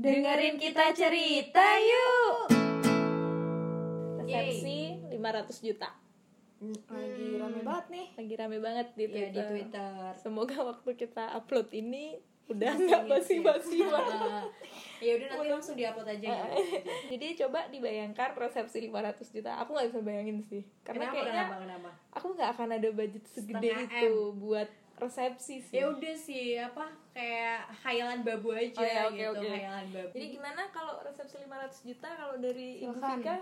Dengerin kita cerita yuk. Resepsi 500 juta. Lagi rame banget nih. Lagi rame banget di Iya, Twitter. di Twitter. Semoga waktu kita upload ini udah nggak basi-basi banget. Ya udah nanti langsung diupload aja gitu. Jadi coba dibayangkan resepsi 500 juta. Aku nggak bisa bayangin sih. Karena kayaknya kenapa? aku nggak akan ada budget segede Setengah itu buat resepsi sih. Ya udah sih, kayak khayalan babu aja Oke. khayalan babu. Jadi gimana kalau resepsi 500 juta kalau dari Ibu Silakan. Vika?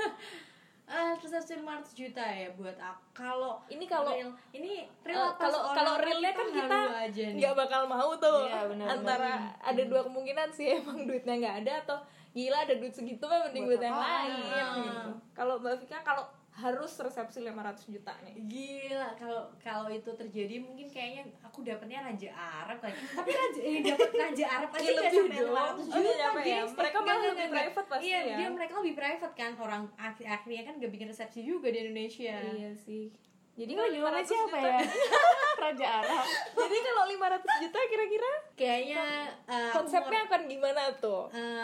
Resepsi 500 juta ya buat aku. Kalau Ini kalau real, ini real atas kalau orang, realnya kan kita halu aja nih. nggak bakal mau tuh. Iya, benar, Antara ada dua kemungkinan sih, emang duitnya nggak ada atau gila ada duit segitu mah mending Buat buat yang apaan? lain gitu. Kalau Mbak Vika kalau harus resepsi 500 juta nih. Gila, kalau itu terjadi mungkin kayaknya aku dapatnya Raja Arab kali. Tapi dapat Raja Arab aja Iya, nggak lebih sampai dong. 500 Oh, juta. iya, nyampe ya. Guys. Mereka malah Nggak, lebih nggak. private pasti Iya, ya. mereka lebih private kan. Orang akhirnya kan gak bikin resepsi juga di Indonesia. Iya sih. Jadi Ini kalau lagi ngomong 500 siapa juta, ya? Raja Arab. jadi kalau 500 juta kira-kira Kayaknya aku konsepnya akan gimana tuh?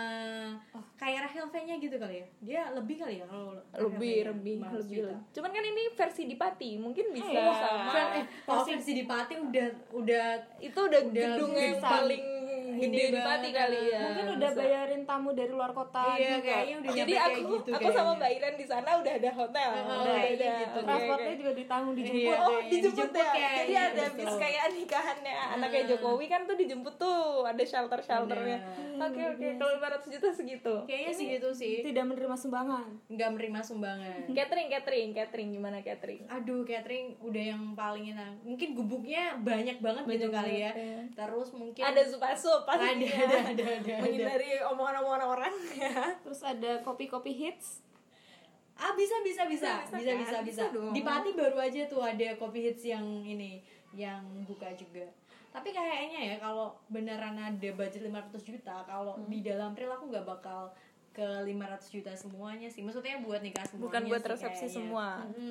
kayak Rahel V-nya gitu kali ya. Dia lebih kali ya kalau Lebih. Cuman kan ini versi di Pati, mungkin bisa sama. versi di Pati udah Itu udah gedung yang besar. paling gede di Pati banget. kali ya. Mungkin udah Bisa. bayarin tamu dari luar kota Iya, juga. kayaknya udah Jadi nyampe kayak aku gitu aku sama kayaknya. Mbak Iren di sana udah ada hotel. Udah kayaknya ada. gitu. Oke, Transportnya oke. juga ditanggung, dijemput. Iya, Oh, kayaknya dijemput ya. kayaknya, Jadi ada betul. bis kayak nikahannya anaknya Jokowi kan tuh dijemput tuh, ada shelter-shelternya. Ada. Oke. Kalau 500 juta segitu. Kayaknya segitu sih. Tidak menerima sumbangan. Nggak menerima sumbangan. Catering gimana catering? Aduh, catering udah yang paling enak. Mungkin gubuknya banyak banget gitu Banyak kali ya. banget, ya. Terus mungkin Ada sup pasti. ada. Menghindari omongan-omongan orang ya. Terus ada kopi-kopi hits. Bisa Bisa dong. Di Pati baru aja tuh ada Kopi Hits yang ini yang buka juga. Tapi kayaknya ya kalau beneran ada budget 500 juta, kalau di dalam real aku nggak bakal ke 500 juta semuanya sih. Maksudnya buat nikah semuanya. Bukan buat sih resepsi kayaknya. semua.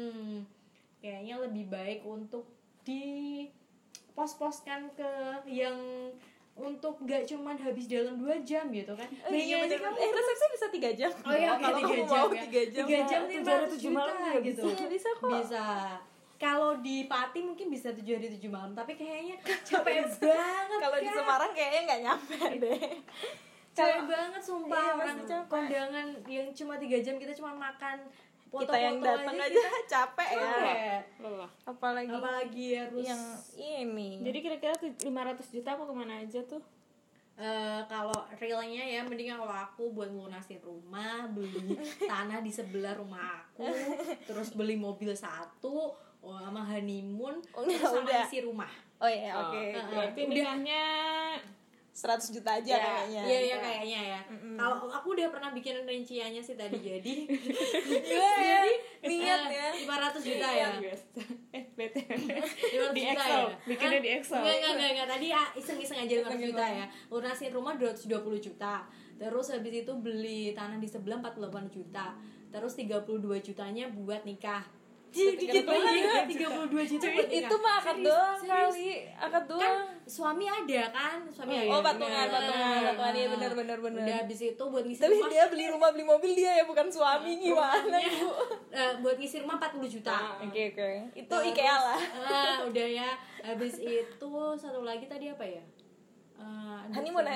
Kayaknya lebih baik untuk di pos-poskan ke yang untuk nggak cuman habis dalam 2 jam gitu kan. Iya, Bayangin aja bener. kamu Resepsi bisa 3 jam. Oh iya, kalau kamu 3 mau jam, 3 jam. 3 jam 7 500 hari 7 juta malam juga gitu. Iya, bisa kok. Bisa. Kalau di Pati mungkin bisa 7 hari 7 malam, tapi kayaknya capek banget. Kalau di Kak. Semarang kayaknya nggak nyampe deh. Capek banget sumpah. Iya, Orang pasti capek. kondangan yang cuma 3 jam kita cuma makan Kita foto-foto yang datang aja kita capek ya. capek. Lelah. Apalagi harus yang ini. Jadi kira-kira 500 juta mau kemana aja tuh? Kalau realnya ya mending kalau aku buat lunasin rumah, beli tanah di sebelah rumah aku, terus beli mobil 1, sama honeymoon, terus sama udah. isi rumah. Oh iya, oke. Berarti Udah. nikahnya 100 juta aja kayaknya. Iya kayaknya ya. Kalau aku udah pernah bikin rinciannya sih tadi jadi. Gila ya. Niat ya. 500 juta ya. bete. 500 Di juta Excel, ya. bikinnya di Excel. Enggak. Tadi iseng-iseng aja 500 juta ya. Lunasin rumah 220 juta. Terus habis itu beli tanah di sebelah 48 juta. Terus 32 jutanya buat nikah. Dikit banget ya, 32 juta buat nikah. Itu mah akad doang Serius. kali. Akad Kan doang. suami ada kan? Suami ada. Oh, patungan. Nah, Iya benar. Udah habis itu buat ngisi Tapi rumah. dia beli rumah, beli mobil dia ya, bukan suami. Gimana, rumahnya, Bu? buat ngisi rumah 40 juta. Oke. Itu Terus, IKEA lah. Udah ya. Habis itu satu lagi tadi apa ya? Honeymoon.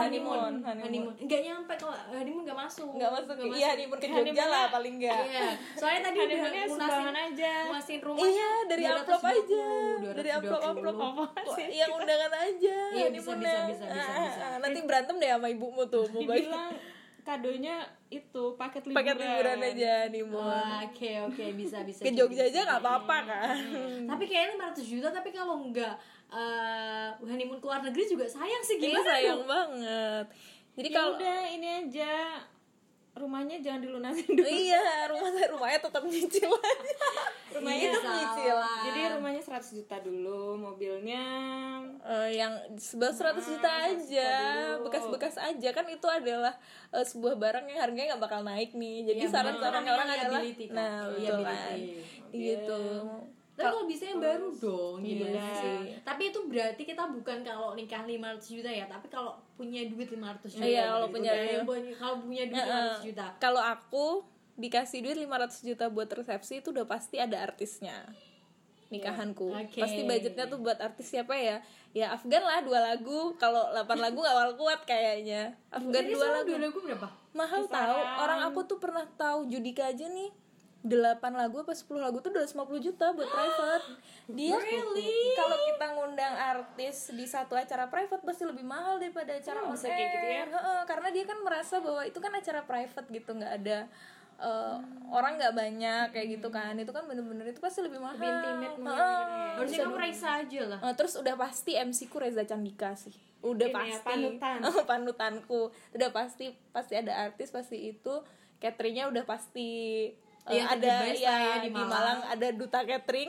Enggak nyampe kalau honeymoon enggak masuk. Enggak masuk. Iya, honeymoon ke Jogja lah paling enggak. Iya. Soalnya tadi udah Honeymoonnya sumbangan aja. lunasin rumah. Iya, dari amplop aja. 220. Dari amplop. Apa sih? Yang undangan aja. Iya, bisa. honeymoonnya. Nanti berantem deh sama ibumu tuh. Mau bagi Dibilang kadonya itu paket liburan. paket liburan aja honeymoon. Wah, oke, bisa. Ke Jogja aja nggak apa-apa kan. Tapi kayaknya 500 juta tapi kalau enggak honeymoon ke luar negeri juga sayang sih Ini gimana sayang dong? banget. Jadi Ya kalau udah ini aja rumahnya jangan dilunasin dulu. iya, rumahnya tetap nyicil aja. Rumahnya Iya, tetap nyicil. salah. Jadi rumahnya 100 juta dulu, mobilnya Yang sebelah 100 juta aja, dulu. bekas-bekas aja kan itu adalah sebuah barang yang harganya nggak bakal naik nih. Jadi Iya, saran-sarannya benar. orang adalah, Liability kan. nah betul kan, Liability. gitu. Tapi kalau bisa yang baru dong, gimana Iya. sih? Tapi itu berarti kita bukan kalau nikah 500 juta ya, tapi kalau punya duit 500 juta. Iya, kalau punya kalau punya duit 500 juta. Kalau aku dikasih duit 500 juta buat resepsi itu udah pasti ada artisnya. Nikahanku. Oke. Pasti budgetnya tuh buat artis siapa ya? Ya Afgan lah 2 lagu, kalau 8 lagu awal kuat kayaknya. Afgan Jadi 2 lagu. 2 lagu berapa? Mahal tahu. Orang aku tuh pernah tahu Judika aja nih 8 lagu apa 10 lagu tuh 250 juta buat private. Dia Really? kalau kita ngundang artis di satu acara private pasti lebih mahal daripada acara on bisa kayak gitu ya? air. Karena dia kan merasa bahwa itu kan acara private gitu, nggak ada orang nggak banyak kayak gitu kan. Itu kan bener-bener itu pasti lebih mahal. Lebih intimate mungkin Heeh. ya. Harusnya kamu Raisa aja lah. Terus udah pasti MC ku Reza Candika sih. Udah Ini ya, pasti panutan. panutanku. Udah pasti ada artis pasti itu. Cateringnya udah pasti Yang ada the best lah ya ya di di Malang ada duta catering.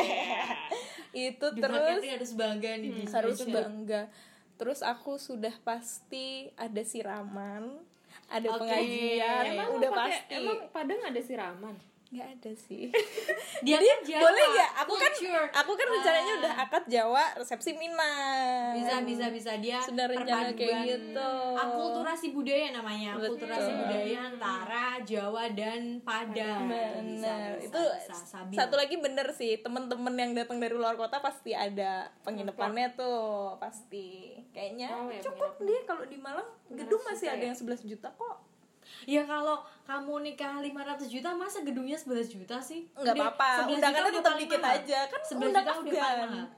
Itu Di terus marketing harus bangga nih di harus Indonesia. bangga. Terus aku sudah pasti ada siraman, ada Oke. pengajian, Emang udah lo pakai- pasti. Emang Padang ada siraman? Nggak ada sih. Dia kan Jawa. Boleh ya? culture. Aku kan rencananya udah akad Jawa, resepsi Minang. Bisa dia Sudah rencana kayak gitu. Akulturasi budaya namanya. Betul. Akulturasi budaya antara Jawa dan Padang. Bener. Itu sabi. satu lagi bener sih, temen-temen yang datang dari luar kota pasti ada penginapannya tuh, pasti. Kayaknya Oh, ya, cukup deh kalau di Malang gedung masih ada yang 11 juta kok. Ya kalau kamu nikah 500 juta masa gedungnya 11 juta sih? Nggak Udah, apa-apa, 11 undangannya juta udah tetap paling dikit mahal. aja kan 11 undang juta udah Afgan. paling mahal.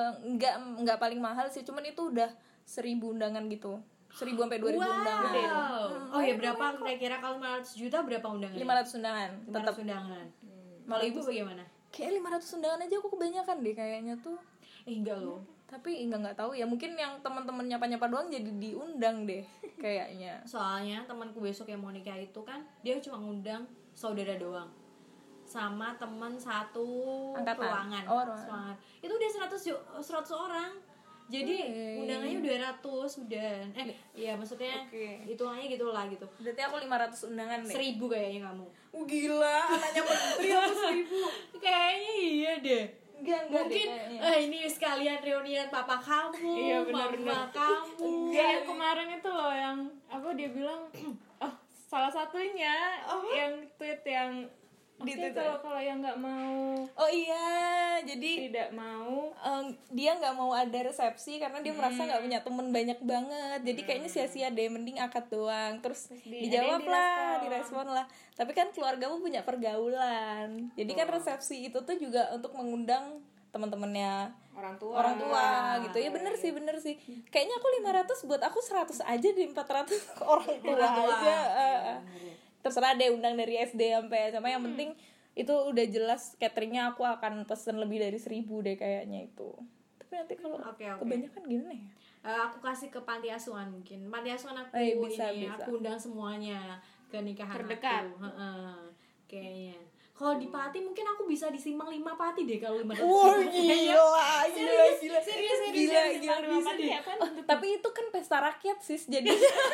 Nggak paling mahal sih, cuman itu udah 1.000 undangan gitu, 1.000 sampai 2.000 undangan. Oh ya berapa kira-kira kalau 500 juta berapa undangan? 500 undangan, tetap. 500 undangan. Kalau ibu bagaimana? Kayak 500 undangan aja aku kebanyakan deh kayaknya tuh. Enggak loh. Tapi nggak tahu ya, mungkin yang teman-teman nyapa-nyapa doang jadi diundang deh kayaknya. Soalnya temanku besok yang mau nikah itu kan dia cuma ngundang saudara doang sama teman satu Angkatan. ruangan. Oh, ruangan. Itu udah 100 orang. Jadi undangannya udah 100 udah. Iya maksudnya Oke. hitungannya gitulah gitu. Berarti aku 500 undangan deh. 1000 kayaknya kamu. Gila, anaknya menteri aku 1.000. Kayaknya iya deh. Enggak Mungkin deh kayaknya. ini sekalian reunian papa kamu, Iya, mama benar-benar. kamu. Kayak kemarin itu loh yang apa dia bilang salah satunya yang tweet yang Di "Oke, Twitter. kalau yang nggak mau Oh iya, jadi tidak mau dia nggak mau ada resepsi karena dia merasa nggak punya temen banyak banget, jadi kayaknya sia-sia deh, mending akad doang. Terus dijawab ada yang lah, direspon lah, tapi kan keluargamu punya pergaulan, jadi kan resepsi itu tuh juga untuk mengundang teman-temannya orang tua gitu ya. Bener sih kayaknya aku 500 buat aku 100 aja di 400 orang tua aja. Terserah deh, undang dari SD sampai SMA, yang penting itu udah jelas cateringnya aku akan pesen lebih dari 1.000 deh kayaknya itu. Tapi nanti kalau Oke. kebanyakan gimana ya? Aku kasih ke panti asuhan mungkin. Panti asuhan aku Bisa. aku undang semuanya ke nikahan Terdekat. aku. Kayaknya. Kalau di Pati mungkin aku bisa disimbang 5 Pati deh kalau 500. Wah gila. Serius, Gila, bisa deh. Tapi itu kan pesta rakyat sis, jadi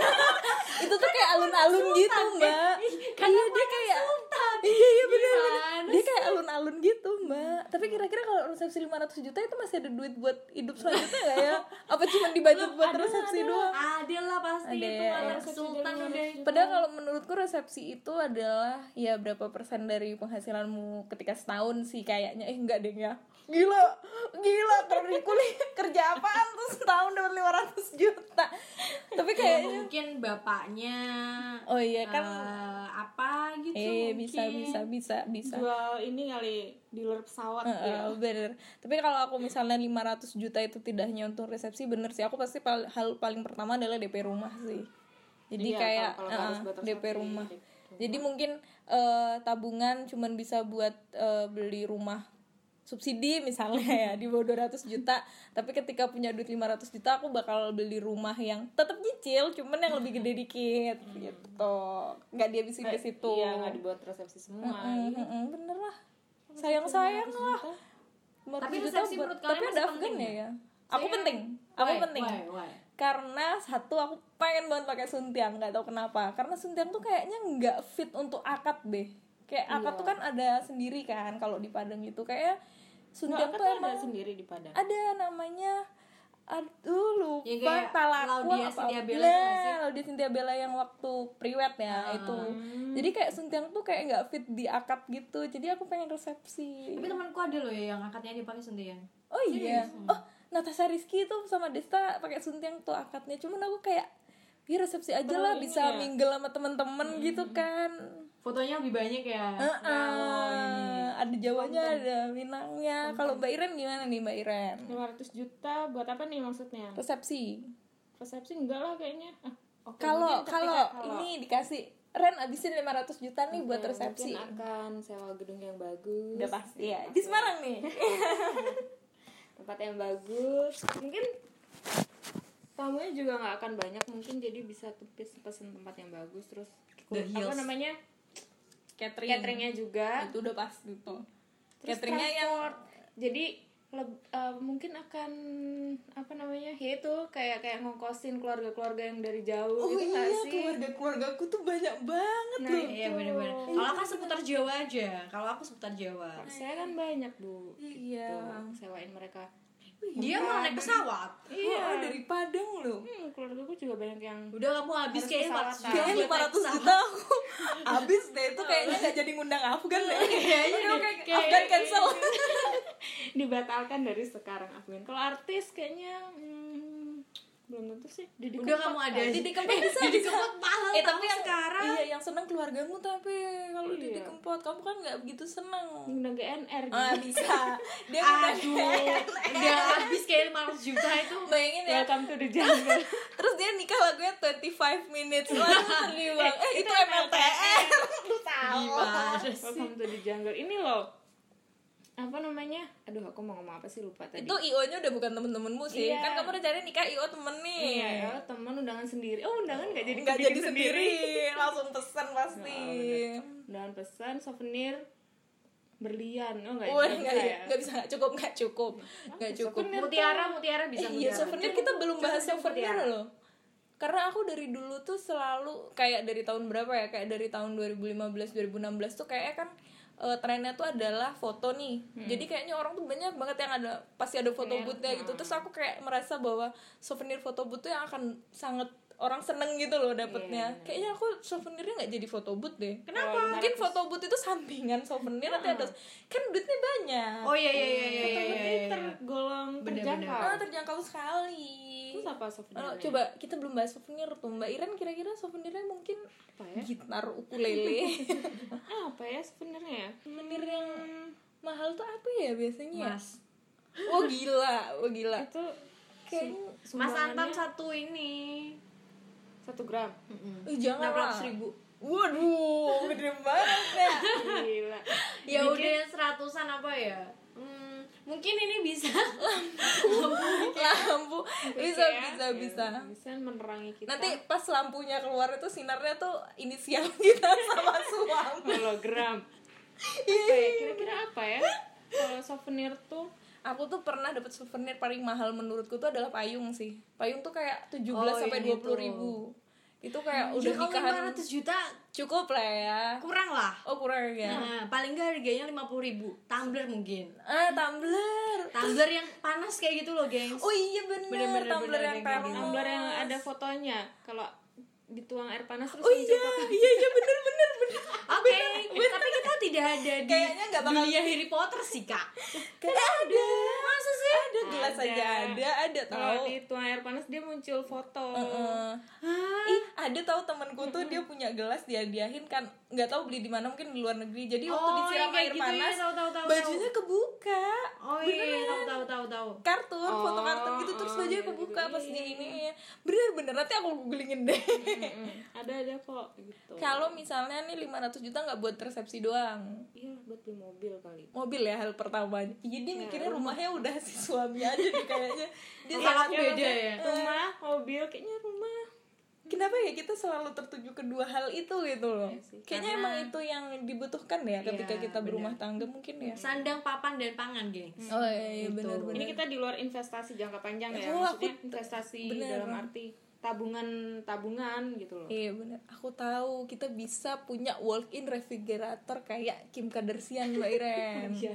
itu tuh kayak alun-alun gitu mbak. Iya dia kayak iya benar. Dia kayak alun-alun gitu mbak. Tapi kira-kira kalau resepsi 500 juta itu masih ada duit buat hidup selanjutnya nggak ya? Apa cuma dibudget buat resepsi doang? Ada lah pasti Ada itu ya. anak sultan udah. Padahal kalau menurutku resepsi itu adalah ya berapa persen dari penghasilanmu ketika setahun sih kayaknya. Enggak deh ya. Gila kerja apaan tuh setahun dapat 500 juta. Tapi Ya, kayaknya mungkin bapaknya oh iya kan apa gitu mungkin. bisa. jual ini kali dealer pesawat ya. Bener. Tapi kalau aku misalnya 500 juta itu tidak hanya untuk resepsi, bener sih aku pasti hal paling pertama adalah DP rumah sih. Jadi Iya, kayak kalau harus buat DP resepsi, rumah. DP Jadi mungkin tabungan cuman bisa buat beli rumah subsidi misalnya ya di bawah 200 juta. Tapi ketika punya duit 500 juta aku bakal beli rumah yang tetap nyicil cuman yang lebih gede dikit gitu. Nggak dihabisin ke situ. Iya, nggak dibuat resepsi semua. Bener lah. Sayang-sayang lah. 500 Tapi juta resepsi menurut kalian tapi masih ada penting Afgan nggak? ya. Aku penting. Why? Karena satu aku pengen banget pakai suntiang, nggak tahu kenapa. Karena suntiang tuh kayaknya nggak fit untuk akad deh. Kayak akad tuh kan ada sendiri kan kalau di Padang itu, kayak Suntiang Nggak, tuh kan emang ada sendiri di Padang. ada namanya, aduh Yang lupa, kayak Talaku Laudia apa. Cynthia Bella itu nggak sih? Laudia Cynthia Bella yang waktu priwet ya itu. Jadi kayak Suntiang tuh kayak nggak fit di akad gitu. Jadi aku pengen resepsi. Tapi temanku ada loh ya yang akadnya dipakai suntiang. Oh iya. Oh, Natasha Rizky tuh sama Desta pakai Suntiang tuh akadnya. Cuman aku kayak ya resepsi aja lah, ini bisa ya. mingle sama temen-temen gitu kan. Fotonya lebih banyak ya. Ada Jawanya, ada Minangnya. Kalau Mbak Iren gimana nih Mbak Iren? 500 juta buat apa nih maksudnya? Resepsi. Resepsi enggak lah kayaknya. Oke, Kalau mungkin ketika ini dikasih Ren abisin 500 juta nih buat Oke, resepsi. mungkin akan sewa gedung yang bagus. Udah pasti ya. Di Semarang nih. Tempat yang bagus. Mungkin tamunya juga nggak akan banyak, mungkin jadi bisa pesen tempat yang bagus, terus The apa Hills. namanya, Catering. cateringnya juga, Itu udah pasti tuh. terus Cateringnya yang transport. Jadi mungkin akan apa namanya, ya itu kayak ngongkosin keluarga-keluarga yang dari jauh gitu nggak sih? keluarga-keluargaku tuh banyak banget Nah, loh. Iya benar-benar. Kalau aku seputar Jawa aja. Kalau aku seputar Jawa. Saya kan banyak bu, Iya. gitu, sewain mereka. Dia mau naik pesawat. Iya, dari Padang loh. Keluargaku juga banyak yang Udah kamu habis Harus kayak pesawat, 400 juta. Kayaknya buat naik 500 juta aku habis deh, itu kayaknya gak jadi ngundang Afgan deh. Kayaknya Kayak Afgan cancel. dibatalkan dari sekarang Afgan. Kalau artis kayaknya belum tentu sih. Didi Udah Kempot kamu ada kali. Didi Kempot bisa, Didi bisa. Kempot mahal Tapi yang sekarang. iya yang seneng keluargamu, tapi kalau Iya. Didi Kempot kamu kan nggak begitu seneng. Undang GNR gitu. Bisa. Dia udah Udah habis kayak 500 juta itu. bayangin ya. Welcome to the jungle. Terus dia nikah lagunya 25 minutes. Wah, sedih banget. Itu MLTR. Lu tahu. Gimana sih? Welcome to the jungle. Ini loh. Apa namanya? Aduh, aku mau ngomong apa sih, lupa tadi. Itu IO-nya udah bukan temen-temenmu sih. Iya. Kan kamu rencana nikah IO temen nih. Iya, ya, teman undangan sendiri. Oh, undangan nggak jadi Nggak bikin jadi sendiri. Langsung pesan pasti. Undangan pesan, souvenir berlian. Oh, nggak Wah, bisa nggak ya. nggak bisa, nggak cukup. Nggak cukup. Souvenir Mutiara bisa Iya, mutiara. souvenir kita belum bahas Cukup souvenir mutiara. loh. Karena aku dari dulu tuh selalu kayak dari tahun berapa ya? Kayak dari tahun 2015 2016 tuh kayaknya kan trennya tuh adalah foto nih. Jadi kayaknya orang tuh banyak banget yang ada pasti ada foto booth-nya gitu. Terus aku kayak merasa bahwa souvenir foto booth tuh yang akan sangat orang seneng gitu loh dapetnya. Kayaknya aku souvenirnya nggak jadi foto booth deh. Kenapa? Mungkin foto booth itu sampingan souvenir nanti ada kan duitnya banyak. Oh iya. Berarti tergolong terjangkau. Terjangkau sekali. Terus apa souvenirnya? Coba kita belum bahas souvenir tuh. Mbak Iren kira-kira souvenirnya mungkin Apa ya? gitar, ukulele. Apa ya sebenarnya ya? Souvenir yang mahal tuh apa ya biasanya? Mas. Oh gila. Itu Kayaknya Mas Antam satu ini. 1 gram. jangan lah. 600.000. Waduh, gede banget ya. Gila. Ya udah yang 100-an apa ya? Mungkin ini bisa. Lampu bisa. Bisa menerangi kita. Nanti pas lampunya keluar itu sinarnya tuh inisial kita sama suami. hologram. Apa ya? Kira-kira apa ya? Kalau souvenir tuh Aku tuh pernah dapat souvenir paling mahal menurutku tuh adalah payung sih. Payung tuh kayak 17 sampai yang 20 ribu. Itu kayak udah Kalau nikahan 500 juta cukup lah ya. kurang lah. Oh kurang ya. Nah, paling nggak harganya 50.000. Tumbler mungkin. Tumbler. Tumbler yang panas kayak gitu loh, gengs. Oh iya bener, Bener-bener tumbler yang kayak termos. gitu. tumbler yang ada fotonya. Kalau dituang air panas terus Oh muncul iya, foto. iya bener. Oke, tapi kita tidak ada di Kayaknya nggak bakal- dunia Harry Potter sih, Kak. Kayak ada. Masa sih? Ada gelas aja ada Kalau tahu. dituang air panas dia muncul foto. Ih, ada tahu temanku tuh dia punya gelas diadiahin kan, nggak tahu beli di mana, mungkin di luar negeri. Jadi waktu Oh, disiram yang kayak air gitu ya, panas, tahu. bajunya kebuka. Oh iya, tahu. Kartun, foto kartun gitu terus bajunya gitu, kebuka gitu. pas di ini. Bener nanti aku googlingin deh. Ada kok gitu. Kalau misalnya nih 500 juta nggak buat resepsi doang, Iya, buat beli mobil kali. mobil ya hal pertamanya. Iya dia mikirnya rumahnya udah si suami aja nih kayaknya. Dia Kalau sangat aku beda ya. Rumah, mobil, kayaknya rumah. Kenapa ya kita selalu tertuju ke dua hal itu gitu loh? Iya sih, Kayaknya karena- emang itu yang dibutuhkan ya ketika Iya, kita berumah tangga mungkin ya. Sandang, papan, dan pangan, gengs. Oh iya Gitu. benar. Ini kita di luar investasi jangka panjang ya. Oh, aku Maksudnya investasi bener. dalam arti tabungan gitu loh. Iya benar. Aku tahu kita bisa punya walk-in refrigerator kayak Kim Kardashian Mbak Iren. Iya.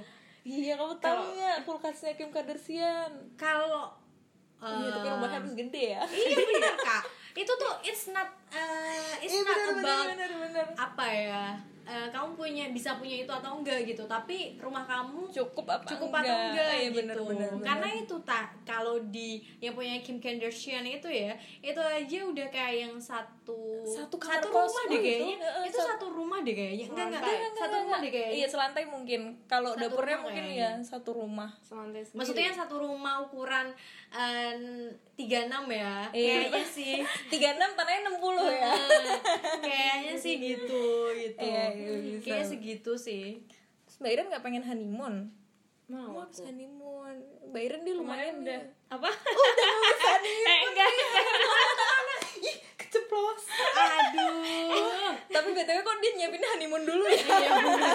Iya, kamu tahu ya kulkasnya Kim Kardashian. Kalau Iya, tapi rumahnya harus gede ya. iya bener Kak, itu tuh it's not about bener. apa ya, kamu bisa punya itu atau enggak gitu, tapi rumah kamu Cukup apa atau enggak? enggak Iya, gitu. bener. Karena itu kalau di yang punya Kim Kardashian itu ya, itu aja udah kayak yang satu kamar rumah kos deh gitu. kayaknya. Itu satu rumah deh kayaknya. Enggak, satu rumah deh kayaknya. Iya, selantai mungkin. Kalau Satu dapurnya rumah mungkin kayaknya. ya satu rumah. Selantai sendiri. Maksudnya satu rumah ukuran 36 ya. Iya. Kayaknya sih. 36 tanahnya 60 ya. Kayaknya sih gitu. Iya, bisa. Kayaknya segitu sih. Terus Mbak Iren nggak pengen honeymoon? Mau Habis aku. honeymoon. Mbak Iren dia Kemarin lumayan udah ya. apa? Enggak. Ih, keceplos. Aduh. Tapi BTW kok dia nyiapin honeymoon dulu ya? Iya bener.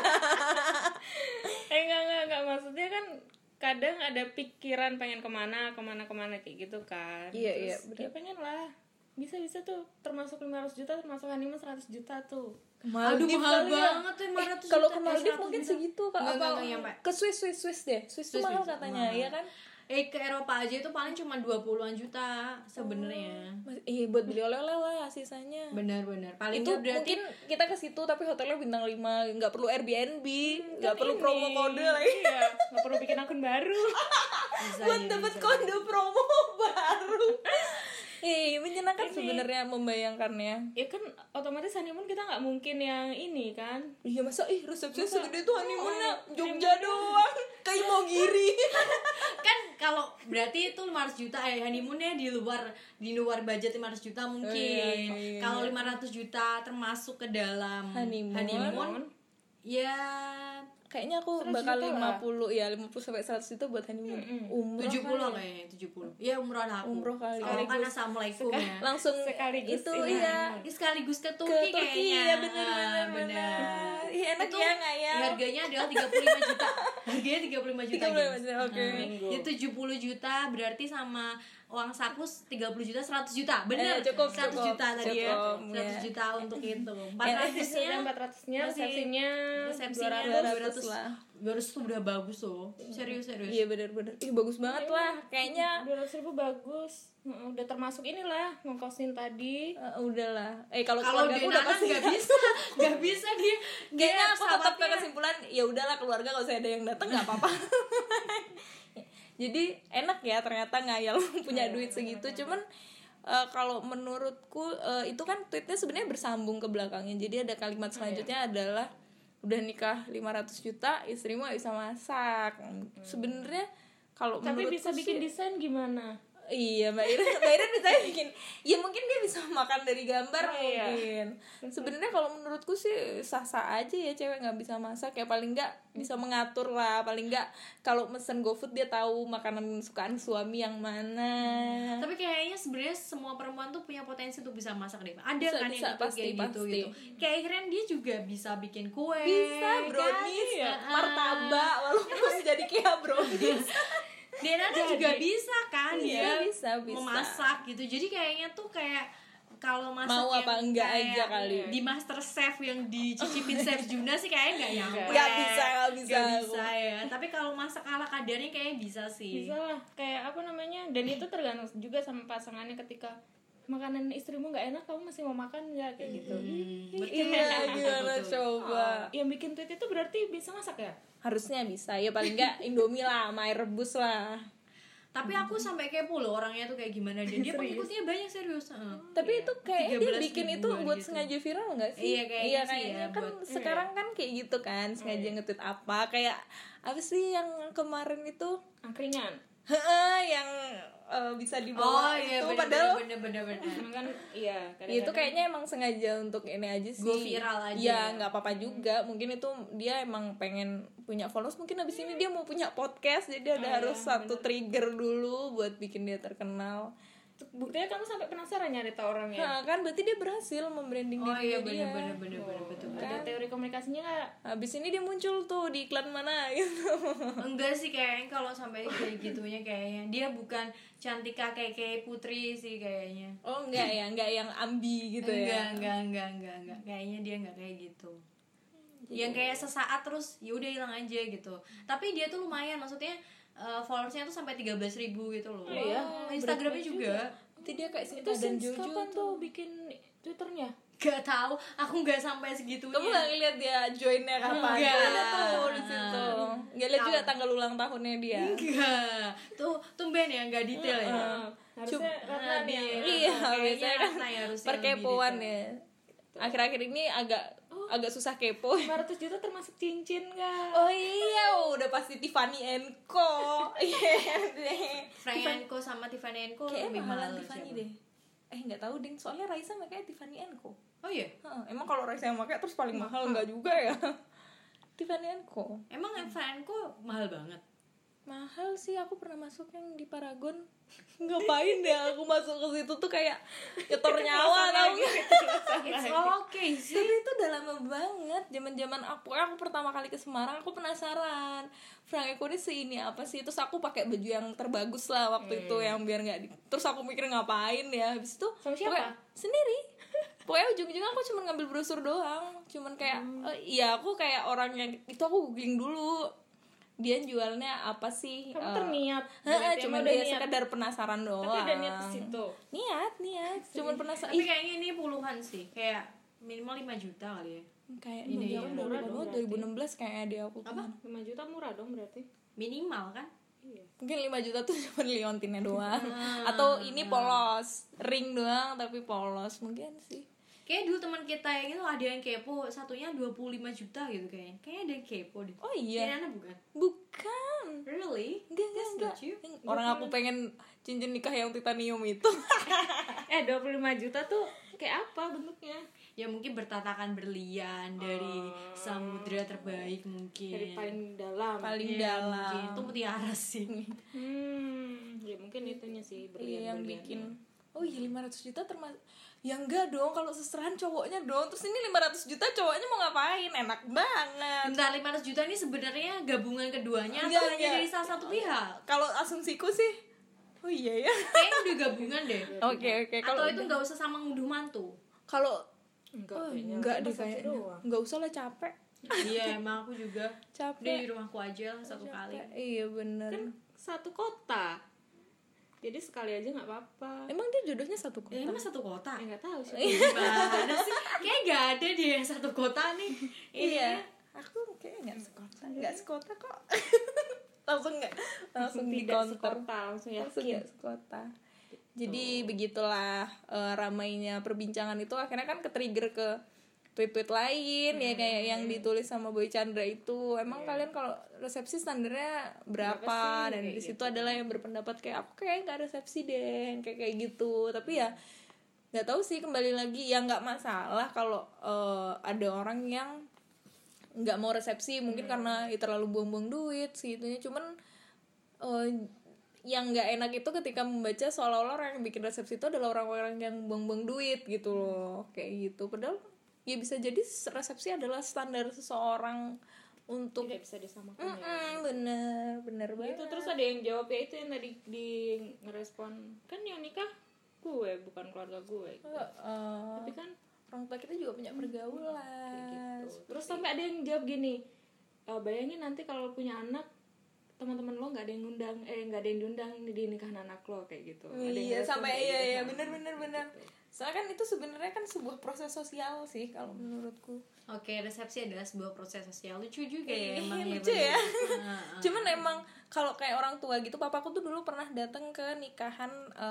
Enggak, maksudnya kan kadang ada pikiran pengen kemana kayak gitu kan. Iya, Terus bener. ya pengen lah, bisa tuh, termasuk 500 juta, termasuk honeymoon 100 juta tuh. Aduh mahal banget tuh 500 Kalau juta, ke Maldives 100 mungkin juta. segitu Kak. Enggak, Apa enggak nyampe. ke Swiss deh. Swiss tuh mahal katanya, mahal. ya kan? Ke Eropa aja itu paling cuma 20-an juta sebenarnya. Iya, buat beli oleh-oleh lah sisanya. Benar-benar. Paling Itu nggak berarti mungkin kita ke situ tapi hotelnya bintang 5, nggak perlu Airbnb, nggak Kan perlu ini. promo kode lagi. Iya, nggak perlu bikin akun baru. bisa Buat jadi, dapat bisa kode promo baru. Menyenangkan sebenarnya membayangkannya. Ya kan otomatis honeymoon kita nggak mungkin yang ini kan. Iya, masa resepsinya segede tuh honeymoonnya Jogja doang, kayak Imogiri. kan kalau berarti itu 500 juta honeymoonnya di luar budget 500 juta mungkin. Iya. Kalau 500 juta termasuk ke dalam Honeymoon. ya Kayaknya aku 100 bakal juta lah. 50 sampai 100 juta buat honeymoon. Umroh 70 kali ya. kayaknya 70. Ya umroh aku. Umroh kali. Kalau kan assalamualaikum ya. Langsung Sekaligus itu ini. iya. Sekaligus ke Ke Turki Turki kayaknya. ya, bener. Ih, enak Itu ya nggak ya? Harganya adalah 35 juta. Harganya 35 juta. 35 guys. juta, oke. Nah, itu 70 juta berarti sama uang saku 30 juta 100 juta. Bener. Cukup, 100 cukup, juta tadi ya. cukup, 100 ya. juta untuk itu. Sudah 400-nya, resepsinya 200 lah. 200 tuh udah bagus loh. Serius. Iya, bener. Ih, bagus banget lah. Kayaknya 200.000 bagus. Udah termasuk inilah ngongkosin tadi. udahlah. Kalau Kalau keluarga dia aku udah nahan pasti nggak bisa dia. kayaknya Dia aku tetap ke sahabatnya. kesimpulan ya udahlah keluarga kalau saya ada yang datang nggak apa-apa. Jadi enak ya ternyata ngayal punya duit segitu. Cuman kalau menurutku itu kan tweetnya sebenarnya bersambung ke belakangnya. Jadi ada kalimat selanjutnya adalah udah nikah 500 juta istrimu gak bisa masak. Sebenarnya kalau Tapi menurutku bisa bikin sih, desain gimana? iya Mbak Iren bisa bikin, ya mungkin dia bisa makan dari gambar iya. mungkin. Sebenarnya kalau menurutku sih sah-sah aja ya cewek nggak bisa masak, ya paling nggak bisa mengatur lah, paling nggak kalau mesen GoFood dia tahu makanan kesukaan suami yang mana. Tapi kayaknya sebenarnya semua perempuan tuh punya potensi untuk bisa masak deh. Ada Bisa, kan bisa, yang pasti, kayak gitu pasti. gitu. Kayak Iren dia juga bisa bikin kue. Bisa brownies, kan? martabak walaupun masih jadi kayak brownies. Dena tuh juga bisa kan Iya, dia bisa. memasak gitu. Jadi kayaknya tuh kayak kalau masak Mau yang apa enggak kayak aja kali. di Master Chef yang dicicipin Chef Juna sih kayaknya nggak nyampe. Nggak bisa. Nggak bisa ya. Tapi kalau masak ala kadarnya kayaknya bisa sih. Bisa lah, kayak apa namanya, dan itu tergantung juga sama pasangannya. Ketika makanan istrimu nggak enak, kamu masih mau makan nggak, kayak gitu. Iya, gimana coba? Yang bikin tweet itu berarti bisa masak ya? Harusnya bisa, ya paling nggak Indomie lah, sama air rebus lah. Tapi aku sampai kepo loh orangnya tuh kayak gimana dia pengikutnya banyak serius. Tapi itu kayak dia 13 bikin itu ribuan buat gitu. sengaja viral nggak sih? Iya, kayaknya sih kayaknya ya, kan buat- sekarang kan kayak gitu kan, sengaja nge-tweet apa, kayak apa sih yang kemarin itu Angkringan. yang bisa dibawa itu padahal bener. Kan iya, itu kayaknya emang sengaja untuk ini aja sih. Go viral aja Ya ya. nggak apa-apa juga. Mungkin itu dia emang pengen punya followers. Mungkin abis ini dia mau punya podcast. Jadi ada harus satu trigger dulu buat bikin dia terkenal. buktinya kamu sampai penasaran nyari tahu orangnya. Nah kan berarti dia berhasil membranding Oh dirinya iya dia. bener betul. Ada teori komunikasinya nggak? Habis ini dia muncul tuh di iklan mana gitu. Enggak sih kayaknya kalau sampai kayak gitunya kayaknya dia bukan Cantika kayak Putri sih kayaknya. Oh enggak ya, enggak yang ambi gitu ya. Enggak. Kayaknya dia enggak kayak gitu. yang kayak sesaat terus ya udah hilang aja gitu. Tapi dia tuh lumayan, maksudnya followersnya tuh sampai 13.000 gitu loh. iya. Instagramnya juga. Nanti dia kayak Itu Sinta dan since Jojo kapan tuh. tuh bikin Twitternya? Gak tahu, aku nggak sampai segitunya. Kamu gak ngeliat dia joinnya kapan? Enggak. Ada tuh di situ. Gak liat juga tanggal ulang tahunnya dia. Enggak. Tuh tumben ya nggak detail ya. Harusnya Ratna nih yang Iya, Kayaknya biasanya kan Ratna ya harusnya perkepoan lebih ya. Akhir-akhir ini agak susah kepo. 500 juta termasuk cincin gak? Oh iya, udah pasti Tiffany & Co. Iya deh. Frank Co sama Tiffany & Co Kayaknya lebih mahalan mahal Tiffany siapa? deh. Nggak tahu deh, soalnya Raisa makanya Tiffany & Co. Oh iya. Emang kalau Raisa yang pakai terus paling mahal nggak juga ya? Tiffany & Co. Emang Frank Co mahal banget. Mahal sih, aku pernah masuk yang di Paragon. Ngapain deh aku masuk ke situ tuh kayak nyetor nyawa tau gak? It's okay sih. Tapi itu udah lama banget, zaman aku pertama kali ke Semarang, aku penasaran Frank Eko ini seini apa sih. Terus aku pakai baju yang terbagus lah waktu itu, yang biar nggak terus aku mikir ngapain ya. Habis itu Sama siapa? pokoknya sendiri. Pokoknya ujung-ujungnya aku cuma ngambil brosur doang. Cuman kayak iya, aku kayak orang yang itu aku googling dulu dia jualnya apa sih. Kamu terniat. Cuma udah dia niat. sekedar penasaran doang. Tapi udah niat ke situ. Niat cuman penasaran. Tapi kayaknya ini puluhan sih. Kayak minimal 5 juta kali ya. Kayak Ini ini ya, udah murah lama dong banget, 2016 kayaknya dia aku Apa? 5 juta murah dong berarti. Minimal kan? Iya. Mungkin 5 juta tuh cuma liontinnya doang. Atau ini polos, ring doang tapi polos mungkin sih. Kayak dulu teman kita yang itu ada yang kepo, satunya 25 juta gitu kayaknya. Kayaknya ada yang kepo deh. Oh iya. Ini bukan? Bukan. Really? Enggak. Not you? Orang aku pengen cincin nikah yang titanium itu. 25 juta tuh kayak apa bentuknya? Ya mungkin bertatakan berlian dari samudra terbaik mungkin. Dari paling dalam. Paling Ya, dalam. mungkin. Itu mutiara sih. Ya mungkin itunya sih Iya, yang berlian-berlian. bikin. Oh iya 500 juta termasuk. Ya enggak dong, kalau seserahan cowoknya dong. Terus ini 500 juta cowoknya mau ngapain? Enak banget. Bentar, 500 juta ini sebenarnya gabungan keduanya Enggak, atau hanya enggak. dari salah satu pihak? Kalau asumsiku sih, oh iya ya. Kayaknya udah gabungan deh. Oke. Atau itu nggak usah sama ngunduh mantu? Kalau Enggak, enggak deh kayaknya. Enggak usah lah, capek. Iya, emang aku juga. Capek. Udah di rumahku aja lah satu kali. Iya bener. Kan satu kota. Jadi sekali aja nggak apa-apa. Emang dia jodohnya satu kota? Emang satu kota? Nggak tahu sih. Gimana sih? Kayaknya nggak ada dia yang satu kota nih. Iya. Aku kayaknya nggak sekota. Nggak sekota kok. langsung di tidak counter. sekota, langsung Langsung yakin. nggak sekota. Jadi begitulah ramainya perbincangan itu akhirnya kan ke-trigger ke tweet-tweet lain ya kayak yang ditulis sama Boy Chandra itu. Emang kalian kalau resepsi standarnya berapa? Dan di situ adalah yang berpendapat kayak aku kayak nggak resepsi deh, kayak gitu. Tapi ya nggak tahu sih, kembali lagi ya nggak masalah kalau ada orang yang nggak mau resepsi mungkin karena ya terlalu buang-buang duit segitunya. Cuman yang nggak enak itu ketika membaca seolah-olah orang yang bikin resepsi itu adalah orang-orang yang buang-buang duit gitu loh, kayak gitu. Padahal ya bisa jadi resepsi adalah standar seseorang untuk Tidak bisa disamakan ya. bener banget. Itu terus ada yang jawab ya itu yang tadi di ngerespon kan yang nikah gue bukan keluarga gue. Tapi kan orang tua kita juga punya pergaulan gitu. Terus sampai ada yang jawab gini, bayangin nanti kalau punya anak teman-teman lo nggak ada yang ngundang, nggak ada yang diundang di nikahan anak lo kayak gitu. Ada yang iya ngerespon sampai kayak iya gitu. bener. Soalnya kan itu sebenarnya kan sebuah proses sosial sih kalau menurutku. Oke, resepsi adalah sebuah proses sosial. Lucu juga ya emang Lucu ya. bener. Cuman emang kalau kayak orang tua gitu, papaku tuh dulu pernah datang ke nikahan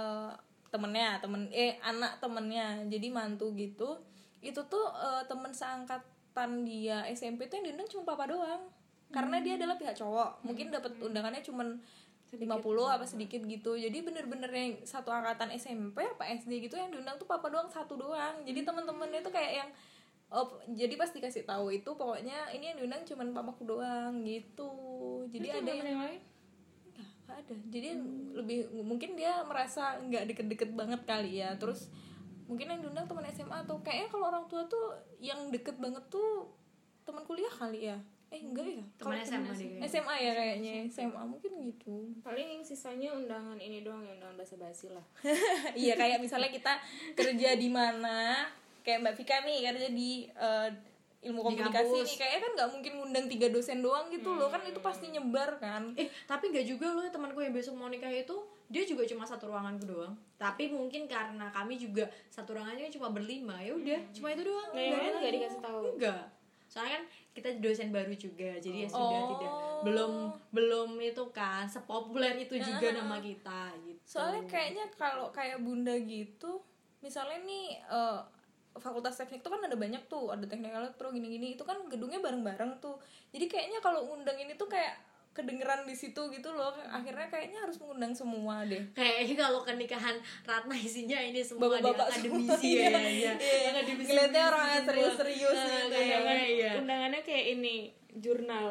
anak temennya, jadi mantu gitu. Itu tuh temen seangkatan dia SMP tuh yang diundang cuma papa doang. Karena dia adalah pihak cowok, mungkin dapat undangannya cuman 50 apa sedikit gitu. Jadi bener-bener yang satu angkatan SMP apa SD gitu yang diundang tuh papa doang, satu doang. Jadi teman-temannya tuh kayak yang jadi pas dikasih tahu itu pokoknya ini yang diundang cuman papaku doang gitu. Jadi Terus ada yang lain nggak ada. Jadi lebih mungkin dia merasa nggak deket-deket banget kali ya. Terus mungkin yang diundang teman SMA atau kayaknya kalau orang tua tuh yang deket banget tuh teman kuliah kali ya. Enggak ya. Teman SMA deh kayaknya. SMA ya kayaknya. SMA mungkin gitu. paling sisanya undangan ini doang yang undangan basa-basi lah. Iya kayak misalnya kita kerja di mana, kayak Mbak Vika nih kerja di ilmu Di komunikasi kampus. nih, kayaknya kan nggak mungkin ngundang 3 dosen doang gitu loh, kan itu pasti nyebar kan. Tapi nggak juga loh, temanku yang besok mau nikah itu dia juga cuma satu ruanganku doang. Tapi mungkin karena kami juga satu ruangannya cuma berlima, ya udah cuma itu doang. Nggak, yang lain nggak dikasih tahu. Enggak. Soalnya kan kita dosen baru juga, jadi ya sudah tidak belum itu kan sepopuler itu juga nama kita gitu. Soalnya kayaknya kalau kayak Bunda gitu, misalnya nih fakultas teknik tuh kan ada banyak tuh, ada teknik elektro gini-gini, itu kan gedungnya bareng-bareng tuh. Jadi kayaknya kalau ngundang ini tuh kayak kedengeran di situ gitu loh. Akhirnya kayaknya harus mengundang semua deh. Kayaknya kalau pernikahan Ratna isinya ini semua Bapak-bapak di semua, akademisi iya. ya. Iya. Akademisi Ngeliatnya semua. orangnya serius-serius gitu. Iya. Undangannya kayak ini jurnal.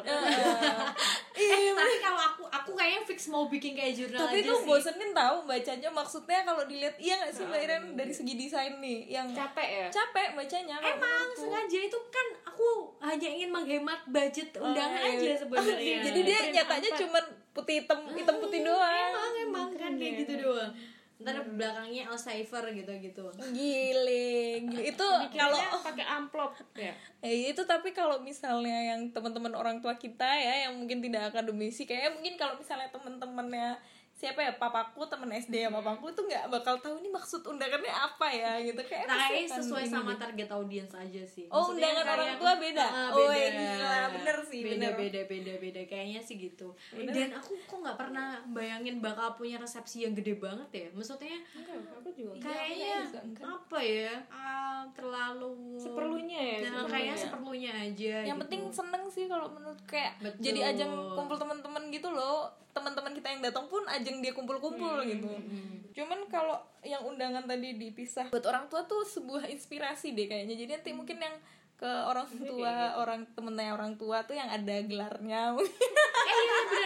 Tapi kalau aku kayaknya fix mau bikin kayak jurnal Tapi aja itu sih. bosenin tahu bacanya, maksudnya kalau dilihat iya nggak sih Mbak Iren dari segi desain nih yang Capek ya? capek bacanya kalau Emang menurutku. sengaja itu kan aku hanya ingin menghemat budget undangan iya. aja sebenarnya. Jadi dia Print nyatanya empat. cuman hitam putih doang. emang kan kayak gitu doang. Ntar belakangnya Elsevier gitu. Gile. Itu kalau Mikirnya pakai amplop ya. itu tapi kalau misalnya yang teman-teman orang tua kita ya yang mungkin tidak akademisi, kayaknya mungkin kalau misalnya teman-temannya siapa ya, papaku, temen SD ya papaku itu nggak bakal tahu ini maksud undangannya apa ya gitu, kayak Kayaknya pasti akan sesuai ini sama deh. target audiens aja sih. Oh, Maksudnya undangan kayak- orang tua beda? Oh, gila, bener sih, bener. Beda kayaknya sih gitu. Dan aku kok nggak pernah bayangin bakal punya resepsi yang gede banget ya. Maksudnya Aku juga. kayaknya juga enggak. apa ya, terlalu Seperlunya ya. Nah, kayaknya seperlunya aja Yang gitu. penting seneng sih kalau menurut, kayak Betul. jadi ajang kumpul teman-teman gitu loh. Teman-teman kita yang datang pun ajang dia kumpul-kumpul gitu. Cuman kalau yang undangan tadi dipisah, buat orang tua tuh sebuah inspirasi deh kayaknya. Jadi nanti mungkin yang ke orang tua, orang temennya orang tua tuh yang ada gelarnya. Iya benar,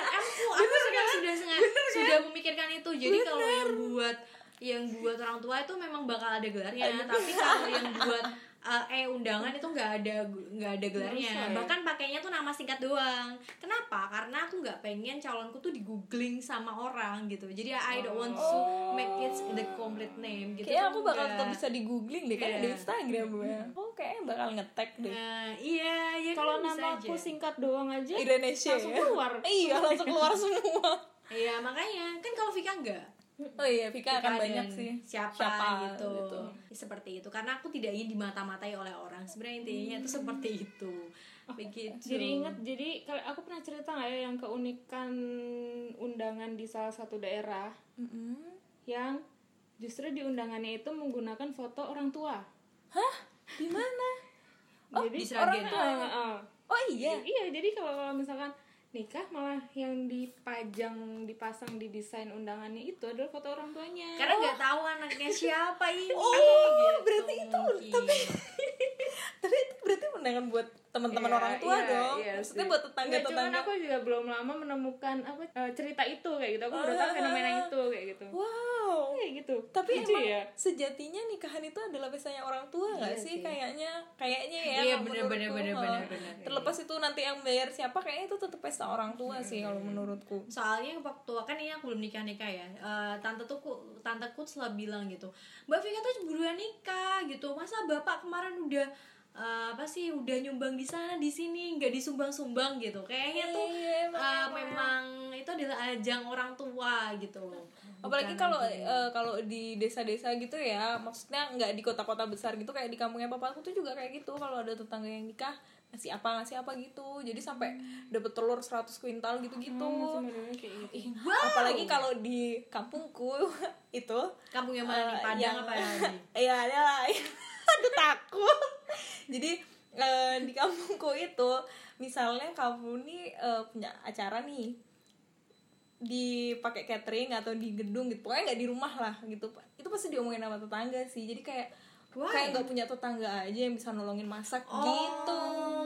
aku sudah memikirkan itu. Jadi kalau yang buat orang tua itu memang bakal ada gelarnya, tapi kalau yang buat undangan itu nggak ada gelarnya. Bahkan pakainya tuh nama singkat doang. Kenapa? Karena aku nggak pengen calonku tuh di googling sama orang gitu. Jadi I don't want to make it the complete name gitu. Kayak aku bakal Enggak. tetap bisa di googling deh, kayak Iya. di Instagram ya. Oh kayaknya bakal nge-tag deh. Iya ya Kalau kan bisa nama aku aja. singkat doang aja. Indonesia langsung ya. keluar. Iya, langsung keluar semua. Iya makanya kan kalau Vika enggak. Oh iya, Vika akan Vika banyak dan sih. siapa gitu. Seperti itu, karena aku tidak ingin dimata-matai oleh orang. Sebenarnya intinya itu seperti itu. Begitu. Jadi inget, jadi kalau aku pernah cerita nggak ya yang keunikan undangan di salah satu daerah yang justru di undangannya itu menggunakan foto orang tua. Hah? Di mana? Jadi di Sragen. Oh iya. Iya, jadi kalau misalkan nikah malah yang dipasang di desain undangannya itu adalah foto orang tuanya. Karena nggak tahu anaknya siapa ini. Oh, gitu, berarti itu mungkin. tapi itu berarti undangan buat teman-teman Iya, orang tua iya, dong. iya Maksudnya sih. buat Nggak, tetangga-tetangga. cuman aku juga belum lama menemukan cerita itu kayak gitu. Aku baru tahu fenomena itu kayak gitu. Wow. Kayak gitu. Tapi Lucu emang ya. sejatinya nikahan itu adalah pestanya orang tua nggak Iya sih? sih. Kayaknya Iya, kalau bener, menurutku, bener. terlepas itu nanti yang bayar siapa, kayaknya itu tetap pesta orang tua sih kalau menurutku. Soalnya waktu kan ini aku belum nikah ya, tanteku selalu bilang gitu, Mbak Vika tuh buruan nikah gitu, masa bapak kemarin udah udah nyumbang di sana di sini nggak disumbang-sumbang gitu, kayaknya tuh memang itu adalah ajang orang tua gitu. Apalagi Bukan kalau lagi- kalau di desa-desa gitu ya, maksudnya nggak di kota-kota besar gitu, kayak di kampungnya papaku tuh juga kayak gitu. Kalau ada tetangga yang nikah ngasih apa gitu, jadi sampai dapet telur 100 kuintal gitu-gitu. Sebenarnya kayak gitu. Ih, apalagi kalau di kampungku itu kampungnya mana nih, Padang yang- apa ya nih? iya ada lah. Aduh takut. Jadi di kampungku itu misalnya kamu nih punya acara nih, dipakai catering atau di gedung gitu, pokoknya nggak di rumah lah gitu, itu pasti diomongin sama tetangga sih. Jadi kayak Why? kayak nggak punya tetangga aja yang bisa nolongin masak gitu.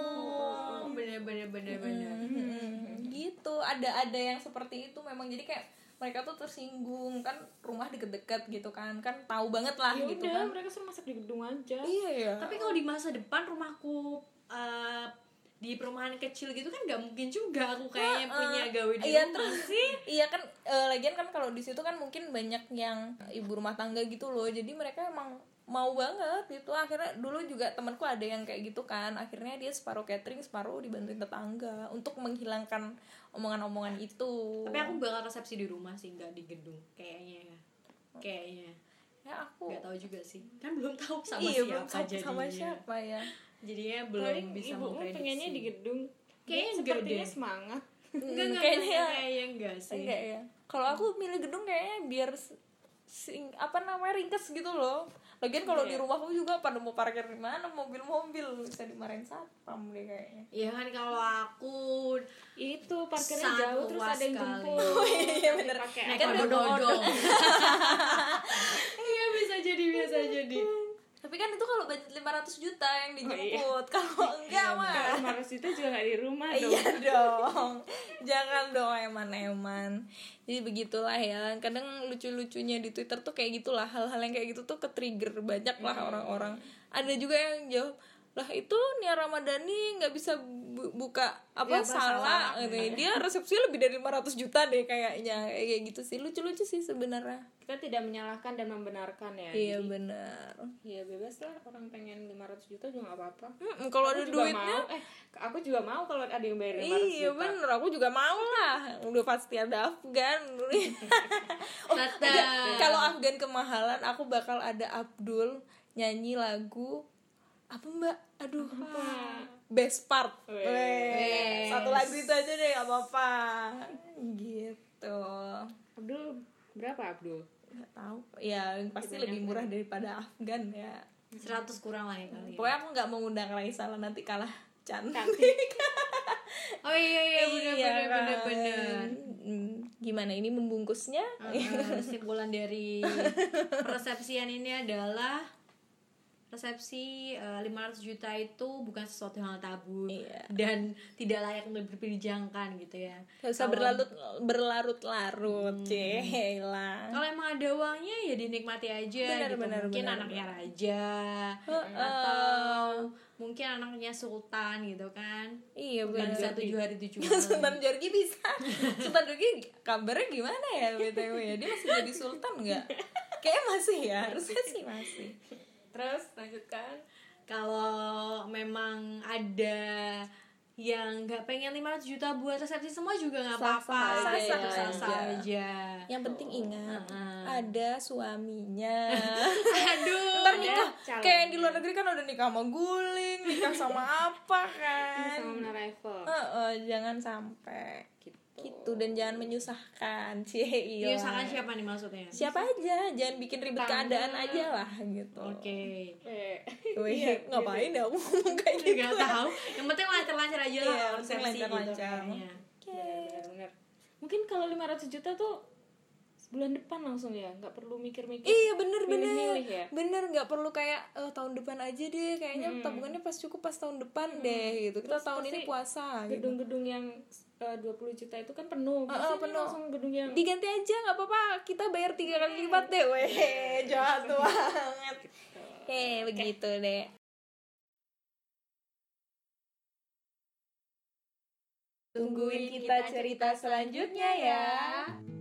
Bener. Gitu, ada yang seperti itu memang. Jadi kayak mereka tuh tersinggung kan, rumah deket-deket gitu kan tahu banget lah Ya gitu udah, kan. mereka suruh masak di gedung aja. Iya ya. Tapi kalau di masa depan rumahku di perumahan kecil gitu kan nggak mungkin juga aku kayaknya punya gawe di iya, rumah terus sih. iya kan, lagian kan kalau di situ kan mungkin banyak yang ibu rumah tangga gitu loh, jadi mereka emang mau banget gitu. Akhirnya dulu juga temanku ada yang kayak gitu kan, akhirnya dia separuh catering separuh dibantuin tetangga untuk menghilangkan omongan-omongan itu. Tapi aku bakal resepsi di rumah sih, nggak di gedung kayaknya ya aku nggak tahu juga sih, kan belum tahu sama belum siapa tahu sama jadinya. siapa ya. Jadinya belum Paling bisa ibumu memprediksi. pengennya di gedung. Kayaknya enggak sepertinya deh. semangat. Kayaknya enggak sih. Enggak ya. Kalau aku milih gedung kayaknya biar ringkes gitu loh. Lagian kalau di rumahku juga pada mau parkir di mana, mobil-mobil bisa dimarahin satpam deh kayaknya. Iya kan, kalau aku Itu parkirnya sangat jauh terus luas ada yang sekali. jemput. Oh iya bener. Pakai naik Kan apa? odong-odong. Iya bisa jadi. Tapi kan itu kalau budget 500 juta yang Oh, dijemput. Kalau enggak mah. Kalau 500 juta juga nggak di rumah dong. Iya dong. Jangan dong eman-eman. Jadi begitulah ya. Kadang lucu-lucunya di Twitter tuh kayak gitulah, hal-hal yang kayak gitu tuh ke-trigger banyak lah orang-orang. Ada juga yang jawab, "Lah itu Nia Ramadhani nggak bisa buka apa Ya, salah." salah. Dia resepsinya lebih dari 500 juta deh kayaknya. Kayak gitu sih. Lucu-lucu sih sebenarnya. Kita tidak menyalahkan dan membenarkan ya. Iya Jadi, benar. ya bebas lah, orang pengen 500 juta juga nggak apa-apa. Kalau ada Aku juga duitnya mau, aku juga mau kalau ada yang bayar 500 iya juta. bener, aku juga mau lah. Udah pasti ada Afgan. Kalau Afgan kemahalan, aku bakal ada Abdul nyanyi lagu apa mbak? Aduh, best part. Satu lagu itu aja deh, gak apa-apa. Gitu. Abdul berapa Abdul? Gak tahu. Ya pasti lebih murah daripada Afgan ya. 100 kurang lah ya kali. Pokoknya aku nggak mau ngundang Raisa lah, nanti kalah cantik. Oh iya benar. Gimana ini membungkusnya? Kesimpulan dari persepsian ini adalah resepsi 500 juta itu bukan sesuatu yang tabu dan tidak layak untuk diperbincangkan gitu ya. Gak usah berlarut-larut, Cela. Kalau emang ada uangnya ya dinikmati aja. Mungkin anaknya raja atau mungkin anaknya sultan gitu kan. Iya benar. Bisa 7 hari 7 malam. Sultan Jorgi bisa. Sultan Jorgi kabarnya gimana ya BTW ya? Dia masih jadi sultan nggak? Kayaknya masih ya, harusnya sih masih. Terus lanjutkan. Kalau memang ada yang nggak pengen 500 juta buat resepsi semua juga nggak apa-apa, sah-sah aja. Yang penting ingat ada suaminya. Aduh, ntar nikah kayak yang di luar negeri kan udah nikah sama guling, nikah sama apa kan? Sama Menara Eiffel. Jangan sampai gitu dan jangan menyusahkan. Iya. Menyusahkan siapa nih maksudnya? Siapa aja, jangan bikin ribet keadaan aja lah gitu. Oke. Wih, ngapain ya aku ngomong kayak gitu? Nggak tahu. Yang penting lancar-lancar aja lah. Iya, resepsi lancar-lancar. gitu kayaknya. Benar. Mungkin kalau 500 juta tuh bulan depan langsung ya, nggak perlu mikir-mikir. Iya bener milih-milih ya. bener, nggak perlu kayak tahun depan aja deh, kayaknya tabungannya pas cukup pas tahun depan deh gitu. Kita Terus tahun pasti ini puasa gitu. Gedung-gedung yang 20 juta itu kan penuh. Pasti ini penuh. langsung gedung yang Diganti aja nggak apa-apa, kita bayar 3 kali lipat deh. Weh, jahat banget. Begitu deh. Tungguin kita cerita selanjutnya ya.